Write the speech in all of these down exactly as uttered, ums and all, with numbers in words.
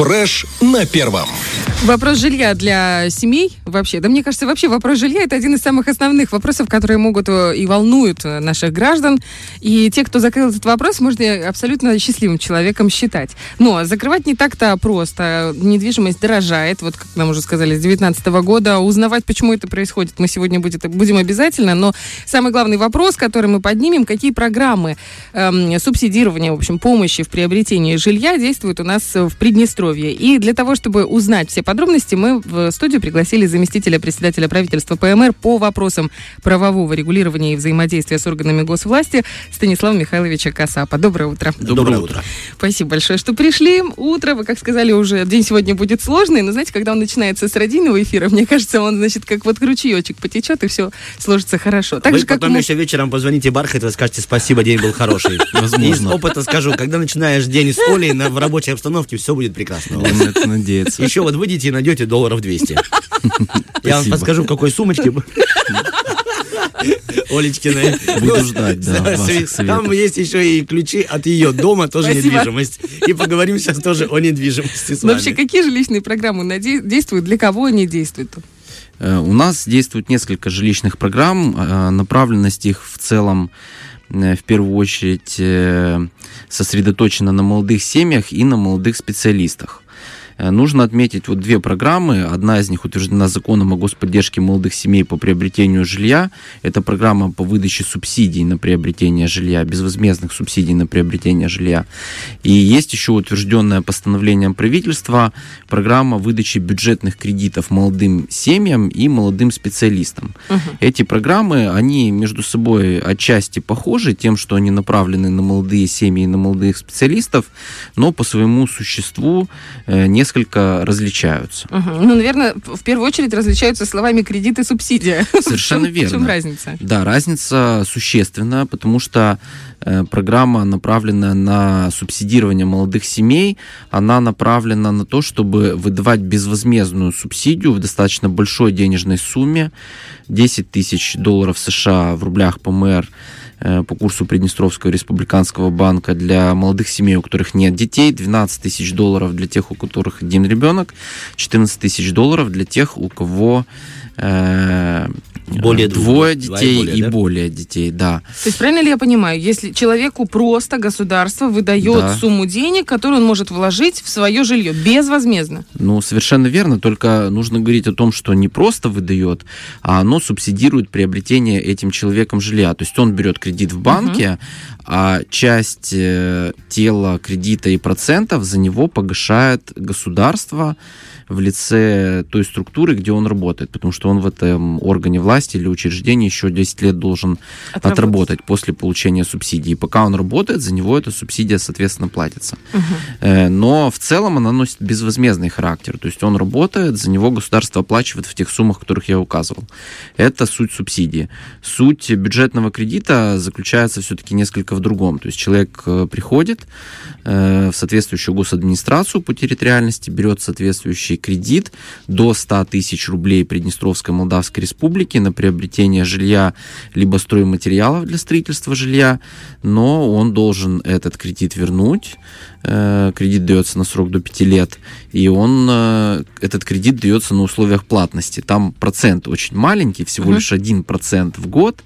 Фреш на первом. Вопрос жилья для семей вообще. Да мне кажется, вообще вопрос жилья — это один из самых основных вопросов, которые могут и волнуют наших граждан. И те, кто закрыл этот вопрос, можно абсолютно счастливым человеком считать. Но закрывать не так-то просто. Недвижимость дорожает. Вот, как нам уже сказали, с две тысячи девятнадцатого года. Узнавать, почему это происходит, мы сегодня будет, будем обязательно. Но самый главный вопрос, который мы поднимем: какие программы эм, субсидирования, в общем, помощи в приобретении жилья действуют у нас в Приднестровье. И для того, чтобы узнать все подробности, мы в студию пригласили заместителя председателя правительства ПМР по вопросам правового регулирования и взаимодействия с органами госвласти Станислава Михайловича Касапа. Доброе утро. Доброе утро. Спасибо большое, что пришли. Утро, вы как сказали, уже день сегодня будет сложный, но знаете, когда он начинается с радийного эфира, мне кажется, он, значит, как вот ручеечек потечет, и все сложится хорошо. Так вы же, потом как еще вечером позвоните Бархату и скажете: спасибо, день был хороший. Из опыта скажу, когда начинаешь день с Олей в рабочей обстановке, все будет прекрасно. Он на это надеется. Еще вот выйдете и найдете долларов двести. Я вам подскажу, в какой сумочке. Олечкиной. Буду ждать, да, ваших советов. Там есть еще и ключи от ее дома, тоже Спасибо. Недвижимость. И поговорим сейчас тоже о недвижимости с вами. Вообще, какие жилищные программы действуют, для кого они действуют? У нас действует несколько жилищных программ. Направленность их в целом в первую очередь сосредоточена на молодых семьях и на молодых специалистах. Нужно отметить вот две программы. Одна из них утверждена законом о господдержке молодых семей по приобретению жилья. Это программа по выдаче субсидий на приобретение жилья, безвозмездных субсидий на приобретение жилья. И есть еще утвержденное постановлением правительства программа выдачи бюджетных кредитов молодым семьям и молодым специалистам. Угу. Эти программы, они между собой отчасти похожи тем, что они направлены на молодые семьи и на молодых специалистов, но по своему существу несколько несколько различаются. Угу. Ну, наверное, в первую очередь различаются словами кредит и субсидия. Совершенно в чем, верно. В чем разница? Да, разница существенная, потому что э, программа, направленная на субсидирование молодых семей, она направлена на то, чтобы выдавать безвозмездную субсидию в достаточно большой денежной сумме, десять тысяч долларов США в рублях ПМР, по курсу Приднестровского республиканского банка для молодых семей, у которых нет детей, двенадцать тысяч долларов для тех, у которых один ребенок, четырнадцать тысяч долларов для тех, у кого э, более двое двух, детей более, и да? более детей, да. То есть правильно ли я понимаю, если человеку просто государство выдает да. сумму денег, которую он может вложить в свое жилье безвозмездно? Ну, совершенно верно, только нужно говорить о том, что не просто выдает, а оно субсидирует приобретение этим человеком жилья. То есть он берет кредит в банке, uh-huh. а часть э, тела кредита и процентов за него погашает государство в лице той структуры, где он работает, потому что он в этом органе власти или учреждении еще десять лет должен отработать, отработать после получения субсидии. И пока он работает, за него эта субсидия, соответственно, платится. Uh-huh. Но в целом она носит безвозмездный характер, то есть он работает, за него государство оплачивает в тех суммах, о которых я указывал. Это суть субсидии. Суть бюджетного кредита заключается все-таки несколько в другом. То есть человек приходит в соответствующую госадминистрацию по территориальности, берет соответствующий кредит до сто тысяч рублей Приднестровской Молдавской Республики на приобретение жилья либо стройматериалов для строительства жилья, но он должен этот кредит вернуть. Кредит дается на срок до пяти лет, и он, этот кредит дается на условиях платности. Там процент очень маленький, всего uh-huh. лишь один процент в год,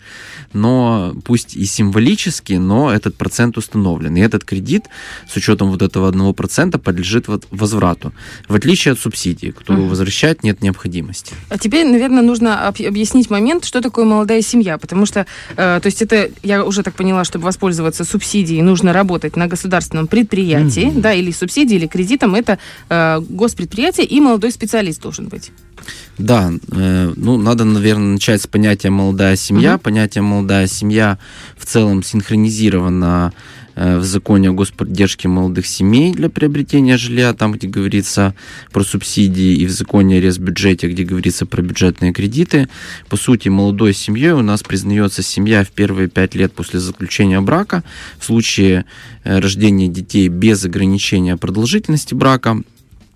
но пусть и символически, но этот процент установлен. И этот кредит с учетом вот этого одного процента подлежит возврату, в отличие от субсидии, которую uh-huh. возвращать нет необходимости. А теперь, наверное, нужно объяснить момент, что такое молодая семья, потому что, э, то есть это, я уже так поняла, чтобы воспользоваться субсидией, нужно работать на государственном предприятии, Mm-hmm. да, или субсидией, или кредитом, это э, госпредприятие, и молодой специалист должен быть. Да, э, ну, надо, наверное, начать с понятия «молодая семья». Mm-hmm. Понятие «молодая семья» в целом синхронизировано в законе о господдержке молодых семей для приобретения жилья, там, где говорится про субсидии, и в законе о ресбюджете, где говорится про бюджетные кредиты. По сути, молодой семьей у нас признается семья в первые пять лет после заключения брака. В случае рождения детей без ограничения продолжительности брака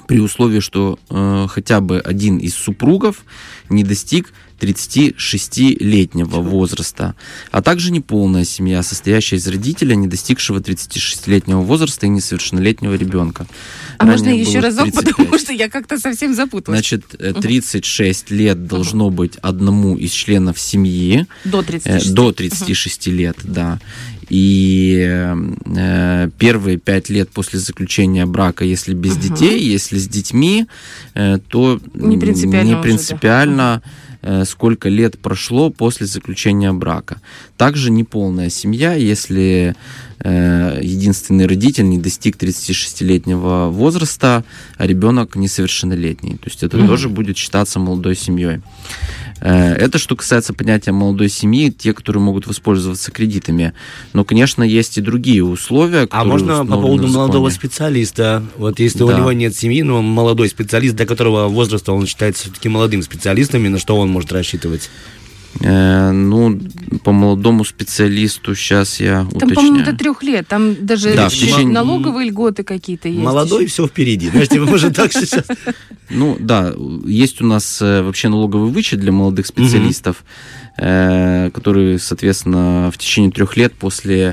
при условии, что э, хотя бы один из супругов не достиг тридцатишестилетнего возраста, а также неполная семья, состоящая из родителя, не достигшего тридцатишестилетнего возраста и несовершеннолетнего ребенка. А Ранее можно еще разок, тридцать пять. Потому что я как-то совсем запуталась. Значит, тридцать шесть uh-huh. лет должно uh-huh. быть одному из членов семьи. До тридцати шести. Э, до тридцати шести uh-huh. лет, да. И э, первые пять лет после заключения брака, если без uh-huh. детей, если с детьми, э, то не принципиально, не принципиально уже, да. сколько лет прошло после заключения брака. Также неполная семья, если э, единственный родитель не достиг тридцатишестилетнего возраста, а ребенок несовершеннолетний. То есть это uh-huh. тоже будет считаться молодой семьей. Это что касается понятия молодой семьи, те, которые могут воспользоваться кредитами. Но, конечно, есть и другие условия. А можно по поводу молодого специалиста? Вот если да. у него нет семьи, но он молодой специалист, до которого возраста он считается все-таки молодым специалистом, и на что он может рассчитывать? Э, ну, по молодому специалисту сейчас я там, уточняю. Там, по-моему, до трех лет. Там даже да, течение... налоговые льготы какие-то есть. Молодой, еще. Все впереди. Знаешь, типа, может, так сейчас... Ну, да, есть у нас вообще налоговый вычет для молодых специалистов, который, соответственно, в течение трех лет после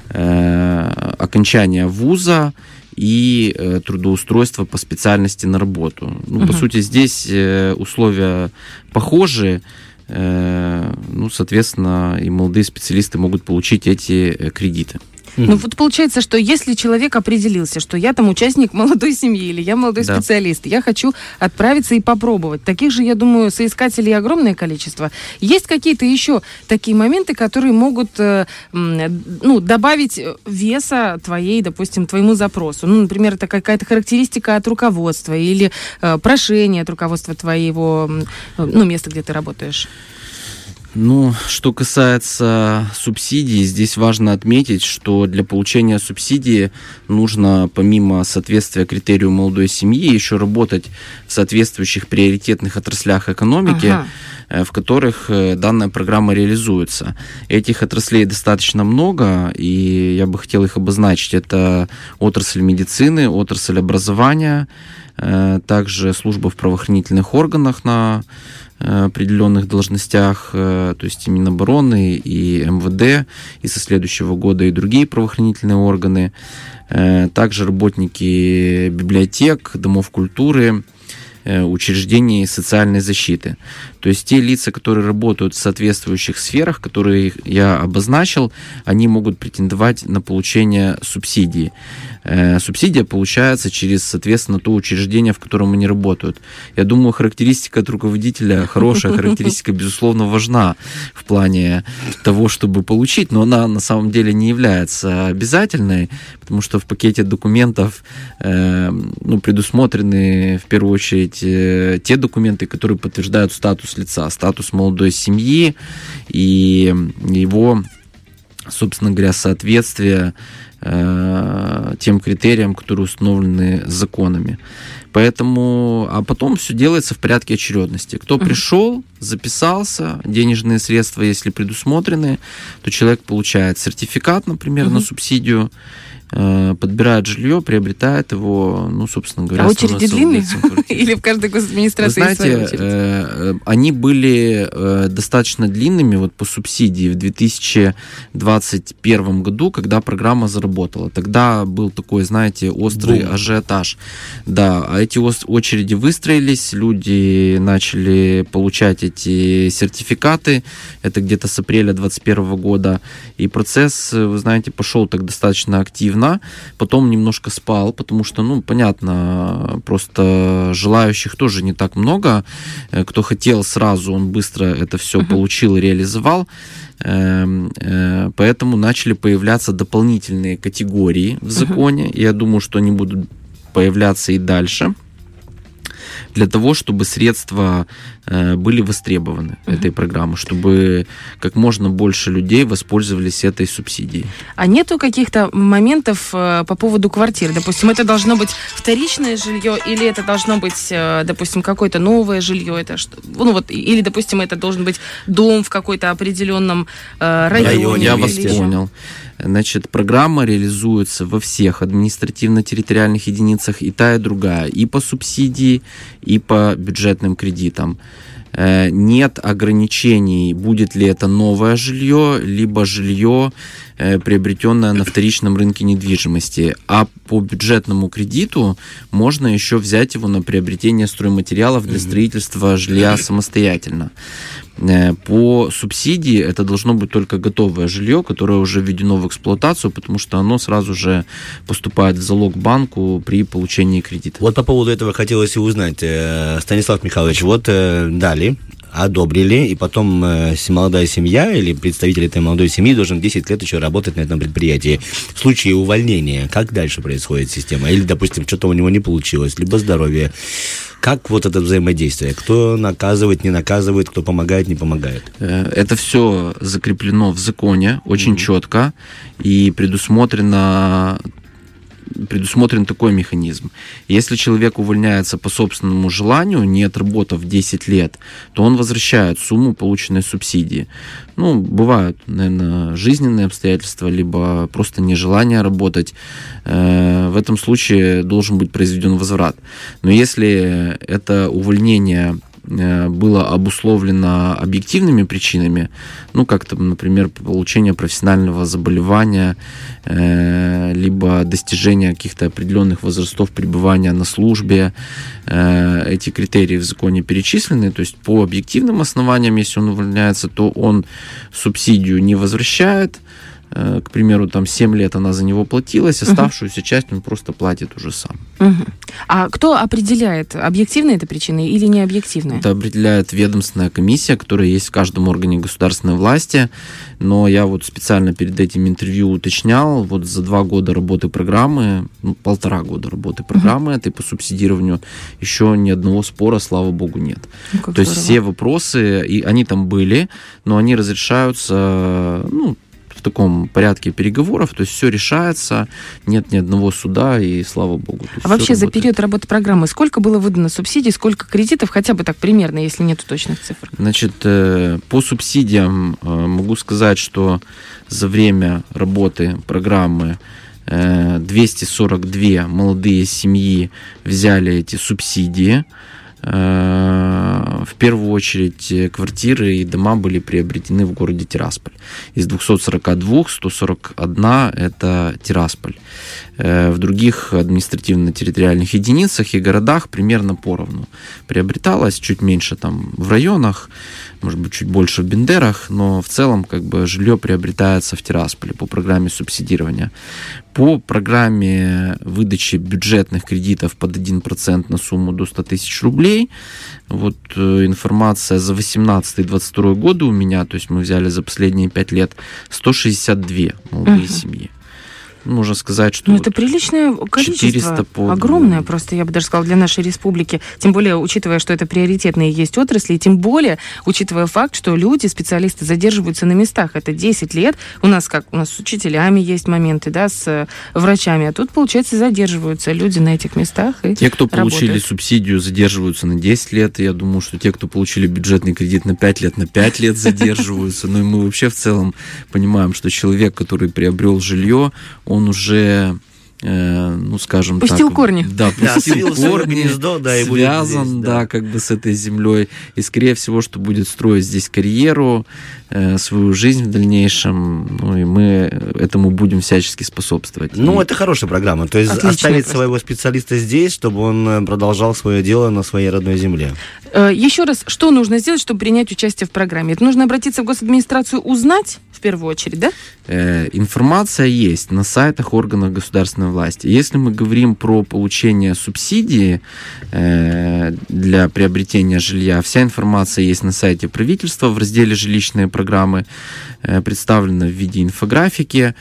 окончания вуза и э, трудоустройство по специальности на работу. Ну, uh-huh. по сути, здесь э, условия похожи. Э, ну, соответственно, и молодые специалисты могут получить эти э, кредиты. Mm-hmm. Ну вот получается, что если человек определился, что я там участник молодой семьи или я молодой да. специалист, я хочу отправиться и попробовать. Таких же, я думаю, соискателей огромное количество. Есть какие-то еще такие моменты, которые могут э, ну, добавить веса твоей, допустим, твоему запросу. Ну, например, это какая-то характеристика от руководства или э, прошение от руководства твоего, ну, места, где ты работаешь. Ну, что касается субсидий, здесь важно отметить, что для получения субсидии нужно, помимо соответствия критерию молодой семьи, еще работать в соответствующих приоритетных отраслях экономики, ага. в которых данная программа реализуется. Этих отраслей достаточно много, и я бы хотел их обозначить. Это отрасль медицины, отрасль образования, также служба в правоохранительных органах на определенных должностях, то есть и Минобороны, и эм вэ дэ, и со следующего года и другие правоохранительные органы, также работники библиотек, домов культуры, учреждений социальной защиты. То есть те лица, которые работают в соответствующих сферах, которые я обозначил, они могут претендовать на получение субсидии. Субсидия получается через, соответственно, то учреждение, в котором они работают. Я думаю, характеристика от руководителя, хорошая характеристика, безусловно, важна в плане того, чтобы получить, но она на самом деле не является обязательной, потому что в пакете документов э, ну, предусмотрены, в первую очередь, э, те документы, которые подтверждают статус лица, статус молодой семьи и его, собственно говоря, соответствие тем критериям, которые установлены законами. Поэтому, а потом все делается в порядке очередности. Кто uh-huh. пришел, записался, денежные средства, если предусмотрены, то человек получает сертификат, например, uh-huh. на субсидию, подбирает жилье, приобретает его, ну, собственно говоря, а очереди длинные? Или в каждой госадминистрации есть своя очередь? Вы знаете, они были достаточно длинными вот по субсидии в две тысячи двадцать первом году, когда программа заработала. Тогда был такой, знаете, острый Бум. ажиотаж. Да, а эти очереди выстроились, люди начали получать эти сертификаты, это где-то с апреля двадцать первого года, и процесс, вы знаете, пошел так достаточно активно. Потом немножко спал, потому что, ну, понятно, просто желающих тоже не так много. Кто хотел сразу, он быстро это все uh-huh. получил и реализовал. Поэтому начали появляться дополнительные категории в законе. Uh-huh. Я думаю, что они будут появляться и дальше. для того, чтобы средства э, были востребованы uh-huh. этой программы, чтобы как можно больше людей воспользовались этой субсидией. А нету каких-то моментов э, по поводу квартир? Допустим, это должно быть вторичное жилье или это должно быть, э, допустим, какое-то новое жилье? Это что? Ну вот, или, допустим, это должен быть дом в какой-то определенном э, районе? Я вас понял. Значит, программа реализуется во всех административно-территориальных единицах, и та, и другая, и по субсидии, и по бюджетным кредитам. Нет ограничений, будет ли это новое жилье, либо жилье, приобретенное на вторичном рынке недвижимости. А по бюджетному кредиту можно еще взять его на приобретение стройматериалов для строительства жилья самостоятельно. По субсидии это должно быть только готовое жилье, которое уже введено в эксплуатацию, потому что оно сразу же поступает в залог банку при получении кредита. Вот по поводу этого хотелось и узнать. Станислав Михайлович, вот дали, одобрили, и потом э, молодая семья или представитель этой молодой семьи должен десять лет еще работать на этом предприятии. В случае увольнения, как дальше происходит система? Или, допустим, что-то у него не получилось, либо здоровье. Как вот это взаимодействие? Кто наказывает, не наказывает, кто помогает, не помогает? Это все закреплено в законе очень mm-hmm. четко и предусмотрено предусмотрен такой механизм. Если человек увольняется по собственному желанию, не отработав десять лет, то он возвращает сумму полученной субсидии. Ну, бывают, наверное, жизненные обстоятельства, либо просто нежелание работать. В этом случае должен быть произведен возврат. Но если это увольнение было обусловлено объективными причинами, ну, как-то, например, получение профессионального заболевания, э, либо достижение каких-то определенных возрастов пребывания на службе, э, эти критерии в законе перечислены, то есть по объективным основаниям, если он увольняется, то он субсидию не возвращает. К примеру, там семь лет она за него платилась, оставшуюся uh-huh. часть он просто платит уже сам. Uh-huh. А кто определяет, объективная это причина или не объективная? Это определяет ведомственная комиссия, которая есть в каждом органе государственной власти. Но я вот специально перед этим интервью уточнял, вот за два года работы программы, ну, полтора года работы программы uh-huh. этой по субсидированию, еще ни одного спора, слава богу, нет. Ну, То здорово. Есть все вопросы, и они там были, но они разрешаются, ну, в таком порядке переговоров, то есть все решается, нет ни одного суда, и слава богу. А вообще за период работы программы сколько было выдано субсидий, сколько кредитов, хотя бы так примерно, если нет точных цифр? Значит, по субсидиям могу сказать, что за время работы программы двести сорок две молодые семьи взяли эти субсидии. В первую очередь квартиры и дома были приобретены в городе Тирасполь. Из двухсот сорока двух сто сорок один это Тирасполь. В других административно-территориальных единицах и городах примерно поровну. Приобреталось чуть меньше там в районах, может быть, чуть больше в Бендерах, но в целом как бы жилье приобретается в Тирасполе по программе субсидирования. По программе выдачи бюджетных кредитов под один процент на сумму до ста тысяч рублей, вот э, информация за восемнадцатый двадцать второй годы у меня, то есть мы взяли за последние пять лет сто шестьдесят две молодые uh-huh. семьи. Можно сказать, что... Ну, это приличное количество, по... огромное просто, я бы даже сказала, для нашей республики. Тем более, учитывая, что это приоритетные есть отрасли, и тем более, учитывая факт, что люди, специалисты задерживаются на местах. Это десять лет. У нас как? У нас с учителями есть моменты, да, с врачами. А тут, получается, задерживаются люди на этих местах и Те, кто работают. Получили субсидию, задерживаются на десять лет. Я думаю, что те, кто получили бюджетный кредит на пять лет, на пять лет задерживаются. Ну и мы вообще в целом понимаем, что человек, который приобрел жилье, он уже, э, ну, скажем пустил так... корни. Да, пустил да, корни, гнездо, да, и связан, здесь, да. да, как бы с этой землей. И, скорее всего, что будет строить здесь карьеру, э, свою жизнь в дальнейшем. Ну, и мы этому будем всячески способствовать. Ну, и... это хорошая программа. То есть Отличная оставить просто. своего специалиста здесь, чтобы он продолжал свое дело на своей родной земле. Еще раз, что нужно сделать, чтобы принять участие в программе? Это нужно обратиться в госадминистрацию, узнать, в первую очередь, да? Э, информация есть на сайтах органов государственной власти. Если мы говорим про получение субсидии э, для приобретения жилья, вся информация есть на сайте правительства в разделе «Жилищные программы», э, представлена в виде инфографики.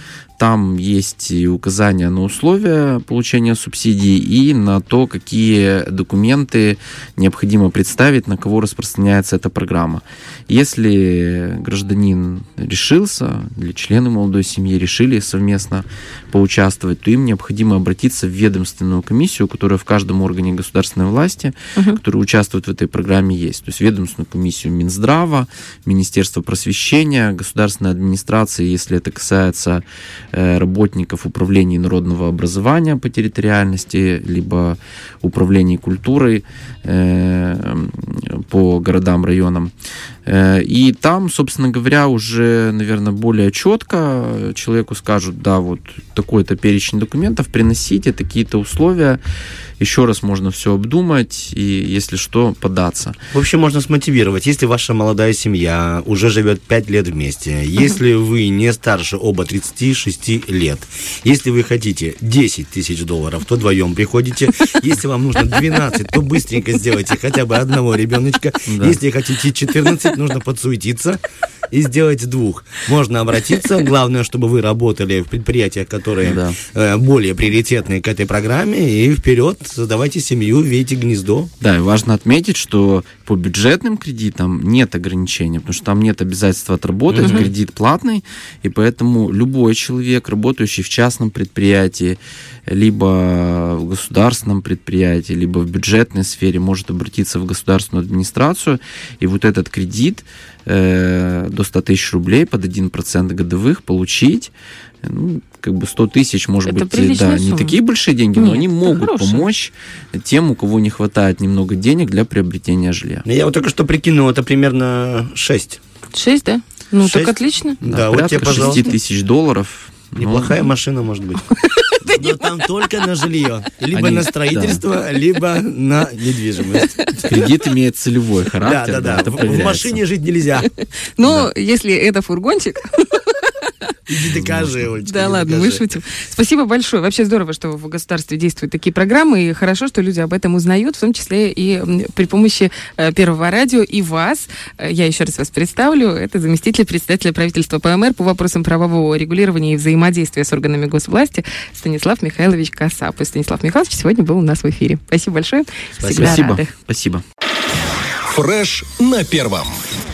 там есть и указания на условия получения субсидий и на то, какие документы необходимо представить, на кого распространяется эта программа. Если гражданин решился, или члены молодой семьи решили совместно поучаствовать, то им необходимо обратиться в ведомственную комиссию, которая в каждом органе государственной власти, uh-huh. который участвует в этой программе, есть. То есть ведомственную комиссию Минздрава, Министерство просвещения, государственной администрации, если это касается э, работников управления народного образования по территориальности, либо управления культурой э, по городам, районам. И там, собственно говоря, уже, наверное, более четко человеку скажут, да, вот такой-то перечень документов, приносите такие-то условия, еще раз можно все обдумать и, если что, податься. В общем, можно смотивировать. Если ваша молодая семья уже живет пять лет вместе, если вы не старше оба тридцати шести лет, если вы хотите десять тысяч долларов, то вдвоем приходите. Если вам нужно двенадцать, то быстренько сделайте хотя бы одного ребеночка. Да. Если хотите четырнадцать, нужно подсуетиться и сделать двух. Можно обратиться. Главное, чтобы вы работали в предприятиях, которые да. э, более приоритетные к этой программе. И вперед, создавайте семью, вейте гнездо. Да, и важно отметить, что по бюджетным кредитам нет ограничений, потому что там нет обязательства отработать, угу. кредит платный, и поэтому любой человек, работающий в частном предприятии, либо в государственном предприятии, либо в бюджетной сфере, может обратиться в государственную администрацию, и вот этот кредит э, до ста тысяч рублей под один процент годовых получить. Ну, как бы сто тысяч, может это быть, да, не такие большие деньги, Нет, но они могут хорошие. помочь тем, у кого не хватает немного денег для приобретения жилья. Я вот только что прикинул, это примерно шесть. шесть, да? Ну, шесть? Так отлично. Да, да, вот тебе, пожалуйста. шесть тысяч долларов. Неплохая ну... машина, может быть. Но там только на жилье. Либо Они, на строительство, да. либо на недвижимость. Кредит имеет целевой характер. Да, да, да. В машине жить нельзя. Ну, если это фургончик... Иди докажи, Олечка. Да ладно, докажи. мы шутим. Спасибо большое. Вообще здорово, что в государстве действуют такие программы, и хорошо, что люди об этом узнают, в том числе и при помощи Первого радио и вас. Я еще раз вас представлю. Это заместитель председателя правительства ПМР по вопросам правового регулирования и взаимодействия с органами госвласти Станислав Михайлович Касап. И Станислав Михайлович сегодня был у нас в эфире. Спасибо большое. Спасибо. Спасибо. Спасибо. Фреш на первом.